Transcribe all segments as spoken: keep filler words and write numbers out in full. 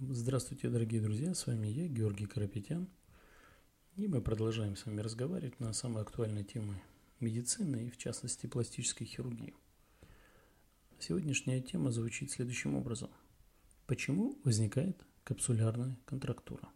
Здравствуйте, дорогие друзья, с вами я, Георгий Карапетян, и мы продолжаем с вами разговаривать на самые актуальные темы медицины и, в частности, пластической хирургии. Сегодняшняя тема звучит следующим образом. Почему возникает капсулярная контрактура?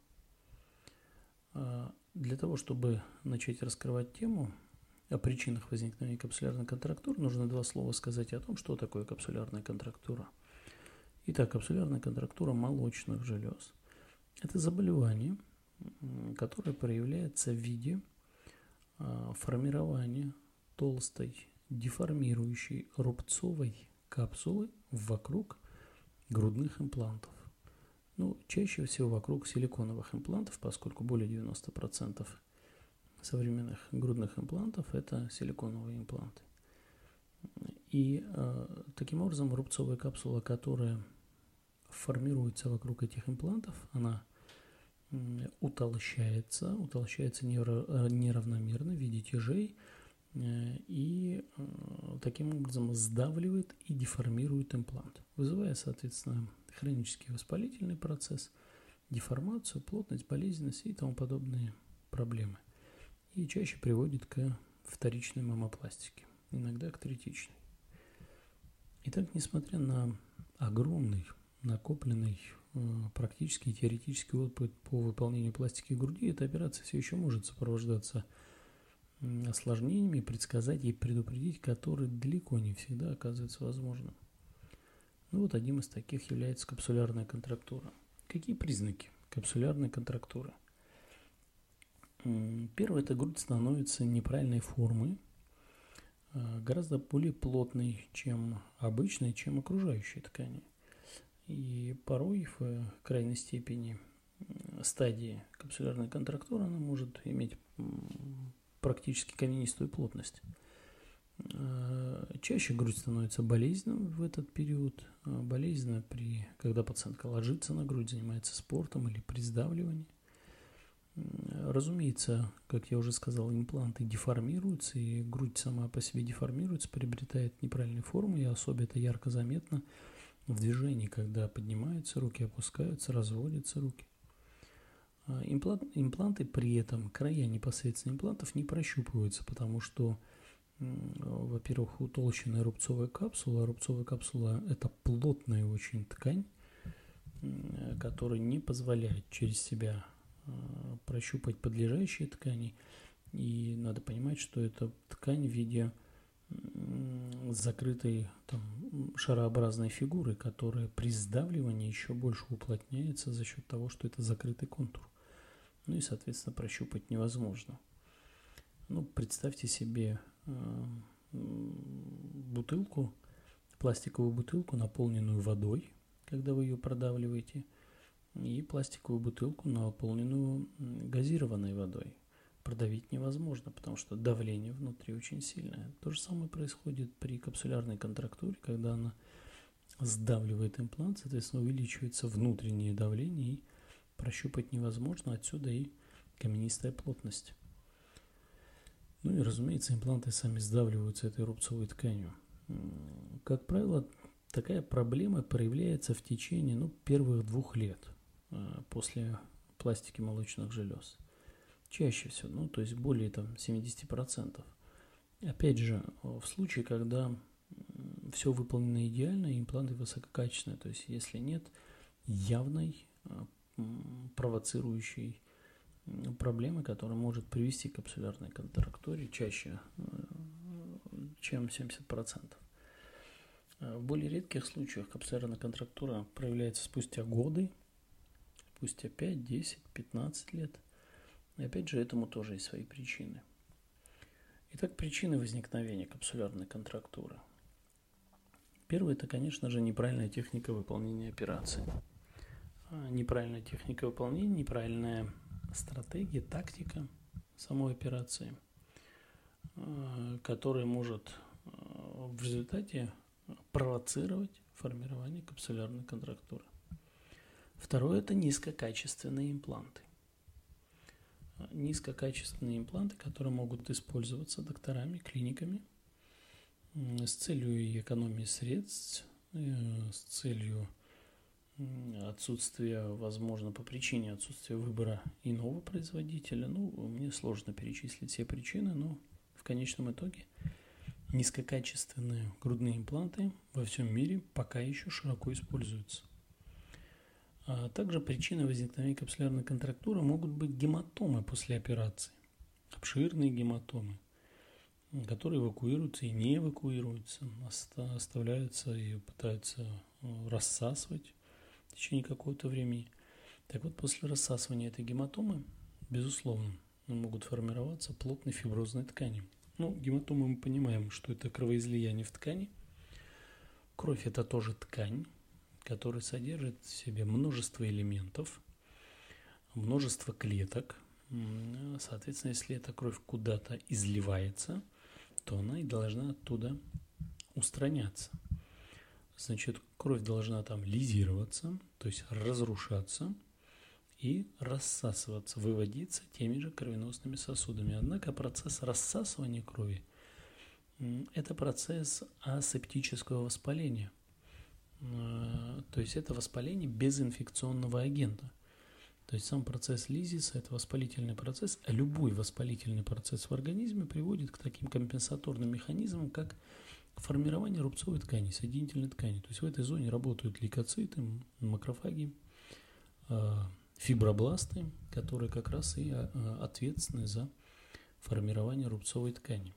Для того, чтобы начать раскрывать тему о причинах возникновения капсулярной контрактуры, нужно два слова сказать о том, что такое капсулярная контрактура. Итак, капсулярная контрактура молочных желез – это заболевание, которое проявляется в виде формирования толстой, деформирующей рубцовой капсулы вокруг грудных имплантов. Ну, чаще всего вокруг силиконовых имплантов, поскольку более девяноста процентов современных грудных имплантов – это силиконовые импланты. И э, таким образом рубцовая капсула, которая формируется вокруг этих имплантов, она э, утолщается, утолщается неравномерно в виде тяжей э, и э, таким образом сдавливает и деформирует имплант, вызывая, соответственно, хронический воспалительный процесс, деформацию, плотность, болезненность и тому подобные проблемы. И чаще приводит к вторичной мамопластике, иногда к третичной. Итак, несмотря на огромный, накопленный практически теоретический опыт по выполнению пластики груди, эта операция все еще может сопровождаться осложнениями, предсказать и предупредить, которые далеко не всегда оказывается возможным. Ну вот одним из таких является капсулярная контрактура. Какие признаки капсулярной контрактуры? Первое – это грудь становится неправильной формы, гораздо более плотной, чем обычной, чем окружающие ткани. И порой в крайней степени стадии капсулярной контрактуры она может иметь практически каменистую плотность. Чаще грудь становится болезненной в этот период, болезненно, при, когда пациентка ложится на грудь, занимается спортом или при сдавливании. Разумеется, как я уже сказал, импланты деформируются, и грудь сама по себе деформируется, приобретает неправильные формы, и особенно это ярко заметно в движении, когда поднимаются руки, опускаются, разводятся руки. Имплант, импланты при этом, края непосредственно имплантов не прощупываются, потому что, во-первых, утолщенная рубцовая капсула, рубцовая капсула – это плотная очень ткань, которая не позволяет через себя прощупать подлежащие ткани, и надо понимать, что это ткань в виде закрытой там, шарообразной фигуры, которая при сдавливании еще больше уплотняется за счет того, что это закрытый контур. Ну и, соответственно, прощупать невозможно. Ну, представьте себе э, бутылку, пластиковую бутылку, наполненную водой, когда вы ее продавливаете, и пластиковую бутылку, наполненную газированной водой. Продавить невозможно, потому что давление внутри очень сильное. То же самое происходит при капсулярной контрактуре, когда она сдавливает имплант, соответственно, увеличивается внутреннее давление, и прощупать невозможно, отсюда и каменистая плотность. Ну и, разумеется, импланты сами сдавливаются этой рубцовой тканью. Как правило, такая проблема проявляется в течение ну, первых двух лет после пластики молочных желез. Чаще всего, ну, то есть более там, семьдесят процентов. Опять же, в случае, когда все выполнено идеально, импланты высококачественные, то есть если нет явной провоцирующей проблемы, которая может привести к капсулярной контрактуре чаще, чем семьдесят процентов. В более редких случаях капсулярная контрактура проявляется спустя годы, спустя пять, десять, пятнадцать лет. И опять же, этому тоже есть свои причины. Итак, причины возникновения капсулярной контрактуры. Первое – это, конечно же, неправильная техника выполнения операции. Неправильная техника выполнения, неправильная стратегия, тактика самой операции, которая может в результате провоцировать формирование капсулярной контрактуры. Второе – это низкокачественные импланты. Низкокачественные импланты, которые могут использоваться докторами, клиниками с целью экономии средств, с целью отсутствие, возможно, по причине отсутствия выбора иного производителя. Ну, мне сложно перечислить все причины, но в конечном итоге низкокачественные грудные импланты во всем мире пока еще широко используются. А также причиной возникновения капсулярной контрактуры могут быть гематомы после операции, обширные гематомы, которые эвакуируются и не эвакуируются, оставляются и пытаются рассасывать в течение какого-то времени. Так вот, после рассасывания этой гематомы, безусловно, могут формироваться плотные фиброзные ткани. Ну, гематомы мы понимаем, что это кровоизлияние в ткани. Кровь – это тоже ткань, которая содержит в себе множество элементов, множество клеток. Соответственно, если эта кровь куда-то изливается, то она и должна оттуда устраняться. Значит, кровь должна там лизироваться, то есть разрушаться и рассасываться, выводиться теми же кровеносными сосудами. Однако процесс рассасывания крови – это процесс асептического воспаления. То есть это воспаление без инфекционного агента. То есть сам процесс лизиса – это воспалительный процесс, а любой воспалительный процесс в организме приводит к таким компенсаторным механизмам, как формирование рубцовой ткани, соединительной ткани. То есть в этой зоне работают лейкоциты, макрофаги, фибробласты, которые как раз и ответственны за формирование рубцовой ткани.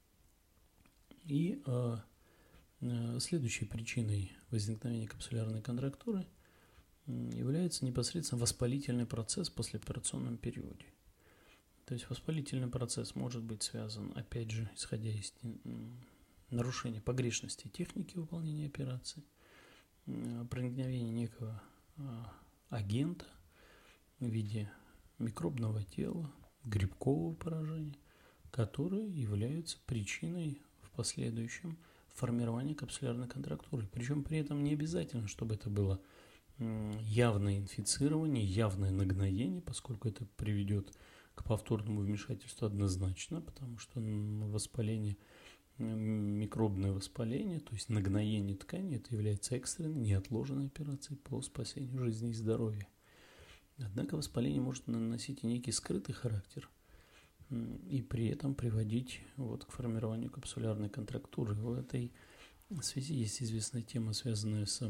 И следующей причиной возникновения капсулярной контрактуры является непосредственно воспалительный процесс в послеоперационном периоде. То есть воспалительный процесс может быть связан, опять же, исходя из нарушения погрешности техники выполнения операции, проникновения некого агента в виде микробного тела, грибкового поражения, которые являются причиной в последующем формирования капсулярной контрактуры. Причем при этом не обязательно, чтобы это было явное инфицирование, явное нагноение, поскольку это приведет к повторному вмешательству однозначно, потому что воспаление, микробное воспаление, то есть нагноение ткани, это является экстренной, неотложенной операцией по спасению жизни и здоровья. Однако воспаление может наносить и некий скрытый характер и при этом приводить вот к формированию капсулярной контрактуры. В этой связи есть известная тема, связанная с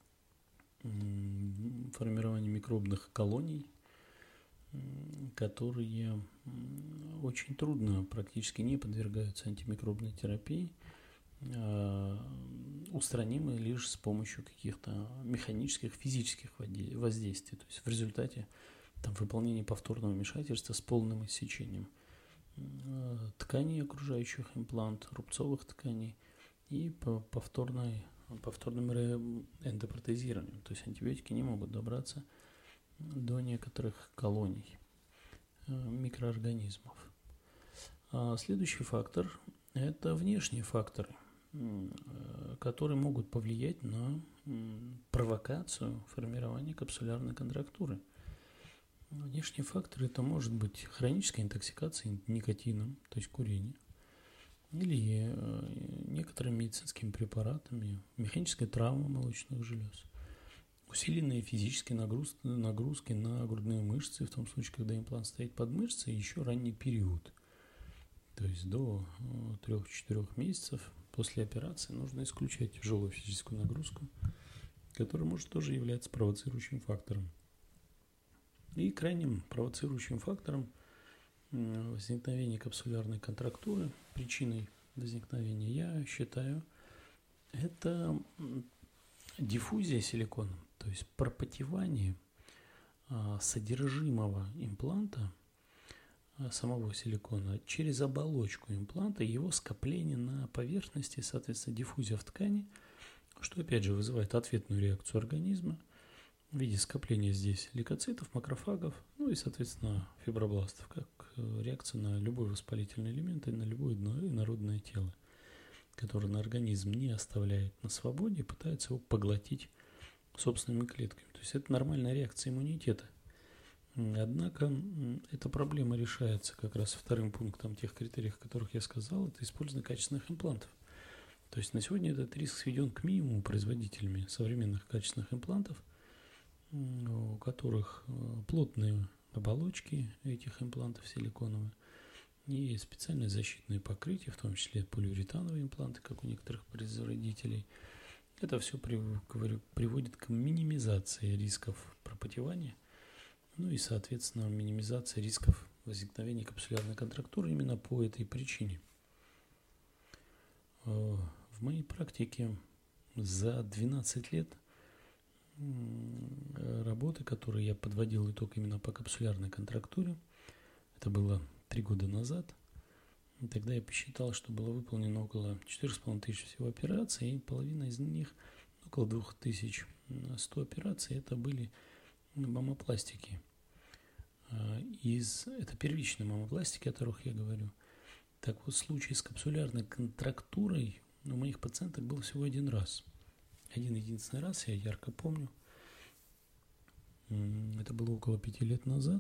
формированием микробных колоний, которые очень трудно, практически не подвергаются антимикробной терапии, устранимы лишь с помощью каких-то механических, физических воздействий, то есть в результате там, выполнения повторного вмешательства с полным иссечением тканей, окружающих имплант, рубцовых тканей и повторной, повторным эндопротезированием. То есть антибиотики не могут добраться до некоторых колоний микроорганизмов. А следующий фактор – это внешние факторы, которые могут повлиять на провокацию формирования капсулярной контрактуры. Внешние факторы – это может быть хроническая интоксикация никотином, то есть курение, или некоторыми медицинскими препаратами, механическая травма молочных желез, усиленные физические нагрузки, нагрузки на грудные мышцы, в том случае, когда имплант стоит под мышцей, еще ранний период. То есть до трех-четырех месяцев после операции нужно исключать тяжелую физическую нагрузку, которая может тоже являться провоцирующим фактором. И крайним провоцирующим фактором возникновения капсулярной контрактуры, причиной возникновения, я считаю, это диффузия силикона, то есть пропотевание содержимого импланта, самого силикона, через оболочку импланта, его скопление на поверхности, соответственно, диффузия в ткани, что опять же вызывает ответную реакцию организма в виде скопления здесь лейкоцитов, макрофагов, ну и, соответственно, фибробластов, как реакция на любой воспалительный элемент и на любое инородное тело, которое на организм не оставляет на свободе и пытается его поглотить собственными клетками. То есть это нормальная реакция иммунитета. Однако эта проблема решается как раз вторым пунктом тех критериев, о которых я сказал, это использование качественных имплантов. То есть на сегодня этот риск сведен к минимуму производителями современных качественных имплантов. у которых плотные оболочки этих имплантов силиконовые и специальные защитные покрытия, в том числе полиуретановые импланты, как у некоторых производителей. Это все приводит к минимизации рисков пропотевания, ну и, соответственно, минимизации рисков возникновения капсулярной контрактуры именно по этой причине. В моей практике за двенадцать лет работы, которые я подводил итог именно по капсулярной контрактуре, это было три года назад, и тогда я посчитал, что было выполнено около четыре с половиной тысячи всего операций, и половина из них, около две тысячи сто операций, это были мамопластики. Из, это первичные мамопластики, о которых я говорю. Так вот, случай с капсулярной контрактурой у моих пациенток был всего один раз. Один единственный раз, я ярко помню. Это было около пяти лет назад.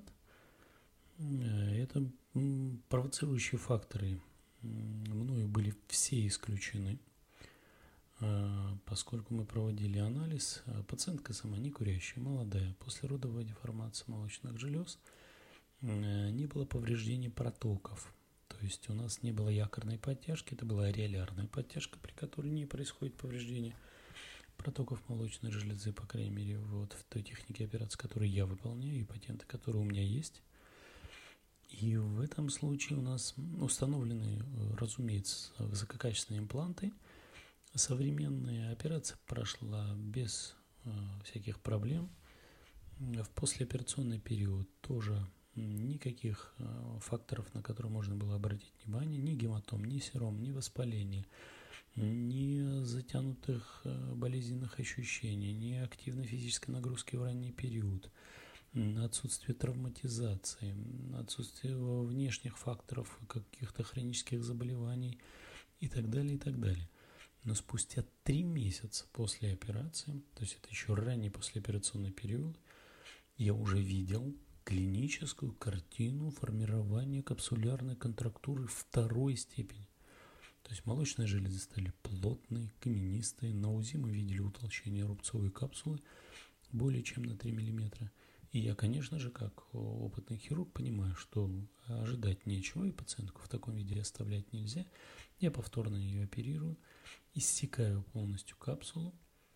Это провоцирующие факторы мною были все исключены, поскольку мы проводили анализ. Пациентка сама не курящая, молодая, послеродовая деформация молочных желез, не было повреждений протоков. То есть у нас не было якорной подтяжки, это была ареолярная подтяжка, при которой не происходит повреждение протоков молочной железы, по крайней мере, вот в той технике операции, которую я выполняю, и патенты, которые у меня есть. И в этом случае у нас установлены, разумеется, высококачественные импланты. Современная операция прошла без э, всяких проблем. В послеоперационный период тоже никаких э, факторов, на которые можно было обратить внимание, ни гематом, ни сером, ни воспаления, ни затянутых э, болезненных ощущений, ни активной физической нагрузки в ранний период, отсутствие травматизации, отсутствие внешних факторов, каких-то хронических заболеваний и так далее, и так далее. Но спустя три месяца после операции, то есть это еще ранний послеоперационный период, я уже видел клиническую картину формирования капсулярной контрактуры второй степени. То есть молочные железы стали плотные, каменистые. На УЗИ мы видели утолщение рубцовой капсулы более чем на три миллиметра. И я, конечно же, как опытный хирург, понимаю, что ожидать нечего, и пациентку в таком виде оставлять нельзя. Я повторно ее оперирую, иссекаю полностью капсулу,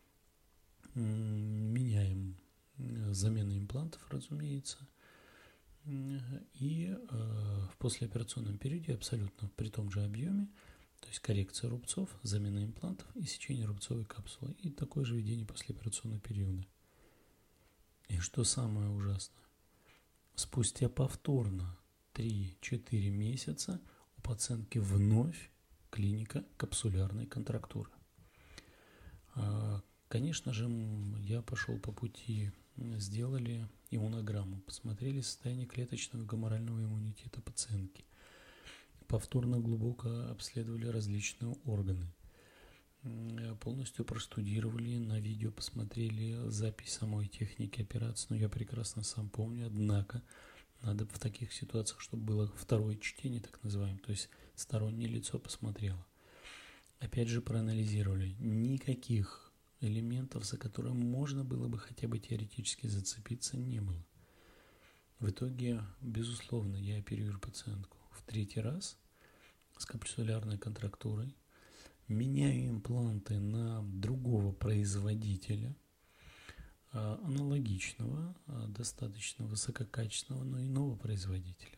меняем замену имплантов, разумеется. И э, в послеоперационном периоде абсолютно при том же объеме, то есть коррекция рубцов, замена имплантов и сечение рубцовой капсулы. И такое же ведение послеоперационного периода. И что самое ужасное, спустя повторно три-четыре месяца у пациентки вновь клиника капсулярной контрактуры. Конечно же, я пошел по пути, сделали иммунограмму, посмотрели состояние клеточного гуморального иммунитета пациентки, повторно глубоко обследовали различные органы, полностью простудировали, на видео посмотрели запись самой техники операции, но я прекрасно сам помню, однако надо в таких ситуациях, чтобы было второе чтение, так называемое, то есть стороннее лицо посмотрело. Опять же проанализировали, никаких элементов, за которые можно было бы хотя бы теоретически зацепиться, не было. В итоге, безусловно, я оперирую пациентку в третий раз с капсулярной контрактурой, меняю импланты на другого производителя, аналогичного, достаточно высококачественного, но иного производителя.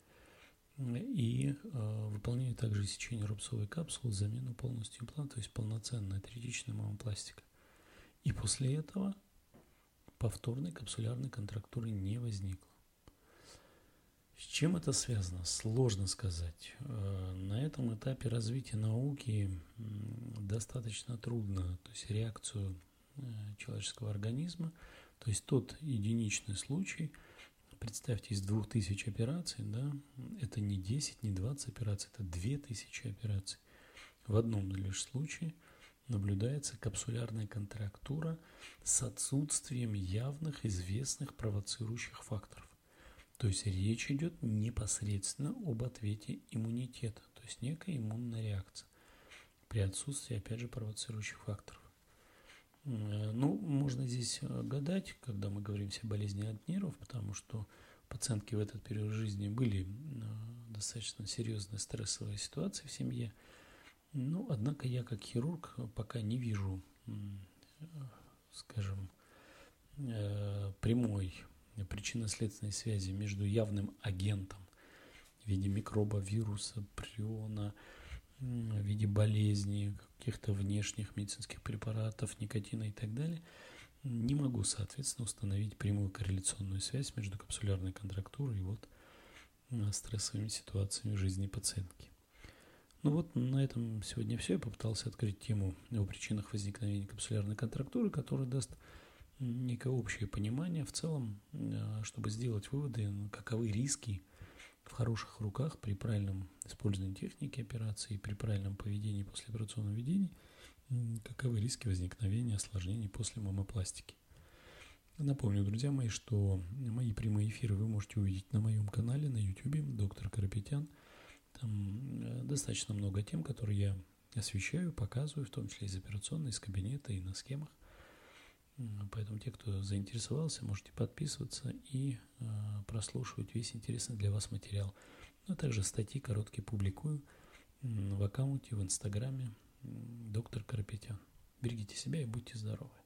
И э, выполняю также сечение рубцовой капсулы, замену полностью импланта, то есть полноценная третичная мамопластика. И после этого повторной капсулярной контрактуры не возникло. С чем это связано? Сложно сказать. Э, на этом этапе развития науки э, достаточно трудно, то есть реакцию э, человеческого организма, то есть тот единичный случай. Представьте, из двух тысяч операций, да, это не десять, не двадцать операций, это две тысячи операций. В одном лишь случае наблюдается капсулярная контрактура с отсутствием явных известных провоцирующих факторов. То есть речь идет непосредственно об ответе иммунитета, то есть некая иммунная реакция при отсутствии, опять же, провоцирующих факторов. Ну, можно здесь гадать, когда мы говорим все болезни от нервов, потому что у пациентки в этот период жизни были достаточно серьезные стрессовые ситуации в семье. Ну, однако я как хирург пока не вижу, скажем, прямой причинно-следственной связи между явным агентом в виде микроба, вируса, приона, в виде болезней, каких-то внешних медицинских препаратов, никотина и так далее. Не могу, соответственно, установить прямую корреляционную связь между капсулярной контрактурой и вот стрессовыми ситуациями в жизни пациентки. Ну вот на этом сегодня все. Я попытался открыть тему о причинах возникновения капсулярной контрактуры, которая даст некое общее понимание в целом, чтобы сделать выводы, каковы риски в хороших руках при правильном использовании техники операции и при правильном поведении после операционного ведения, каковы риски возникновения осложнений после мамопластики. Напомню, друзья мои, что мои прямые эфиры вы можете увидеть на моем канале на YouTube, доктор Карапетян. Там достаточно много тем, которые я освещаю, показываю, в том числе из операционной, из кабинета и на схемах. Поэтому те, кто заинтересовался, можете подписываться и прослушивать весь интересный для вас материал. Ну, а также статьи короткие публикую в аккаунте в Инстаграме доктор Карапетян. Берегите себя и будьте здоровы.